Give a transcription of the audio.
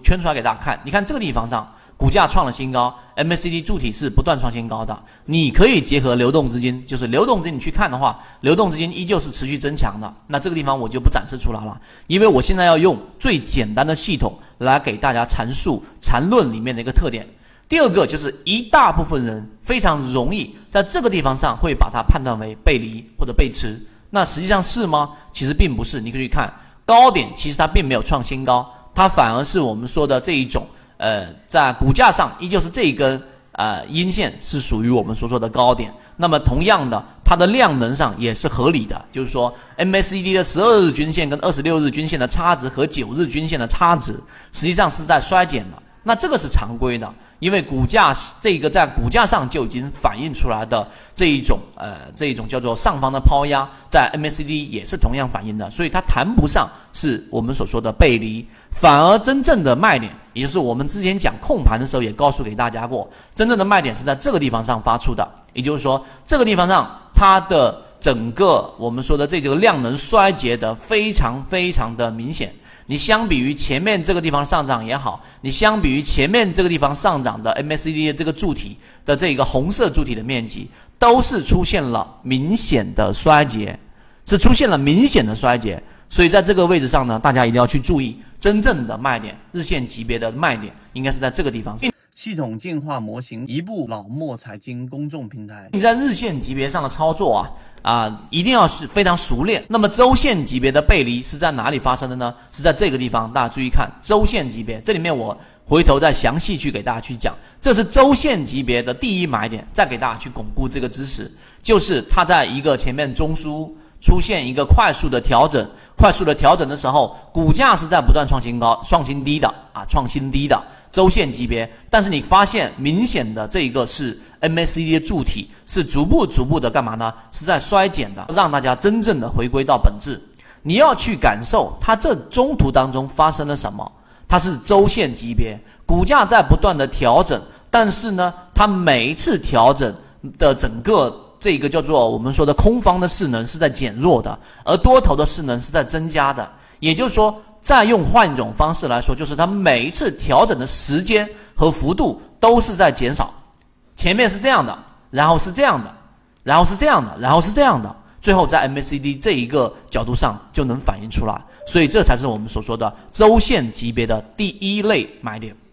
圈出来给大家看。你看这个地方上，股价创了新高 ，MACD 柱体是不断创新高的。你可以结合流动资金，就是流动资金你去看的话，流动资金依旧是持续增强的。那这个地方我就不展示出来了，因为我现在要用最简单的系统来给大家阐述缠论里面的一个特点。第二个就是一大部分人非常容易在这个地方上会把它判断为背离或者背驰，那实际上是吗？其实并不是。你可以看高点，其实它并没有创新高，它反而是我们说的这一种在股价上依旧是这一根阴线是属于我们所说的高点。那么同样的，它的量能上也是合理的，就是说 MACD 的12日均线跟26日均线的差值和9日均线的差值实际上是在衰减的。那这个是常规的，因为股价这个在股价上就已经反映出来的这一种叫做上方的抛压，在 MACD 也是同样反映的，所以它谈不上是我们所说的背离，反而真正的卖点，也就是我们之前讲控盘的时候也告诉给大家过，真正的卖点是在这个地方上发出的，也就是说这个地方上它的整个我们说的这个量能衰竭的非常非常的明显。你相比于前面这个地方上涨也好，你相比于前面这个地方上涨的 MACD 的这个柱体的这个红色柱体的面积，都是出现了明显的衰竭，所以在这个位置上呢，大家一定要去注意真正的卖点，日线级别的卖点应该是在这个地方。 系统进化模型，一部老墨财经公众平台。 你在日线级别上的操作一定要是非常熟练。那么周线级别的背离是在哪里发生的呢？是在这个地方，大家注意看周线级别，这里面我回头再详细去给大家去讲，这是周线级别的第一买点，再给大家去巩固这个知识，就是它在一个前面中枢出现一个快速的调整的时候，股价是在不断创新低的周线级别，但是你发现明显的这一个是 MACD 的柱体是逐步的干嘛呢？是在衰减的，让大家真正的回归到本质。你要去感受它这中途当中发生了什么，它是周线级别，股价在不断的调整，但是呢，它每一次调整的整个这个叫做我们说的空方的势能是在减弱的，而多头的势能是在增加的。也就是说，再用换一种方式来说，就是它每一次调整的时间和幅度都是在减少。前面是这样的，然后是这样的，然后是这样的，然后是这样的，最后在 MACD 这一个角度上就能反映出来。所以这才是我们所说的周线级别的第一类买点。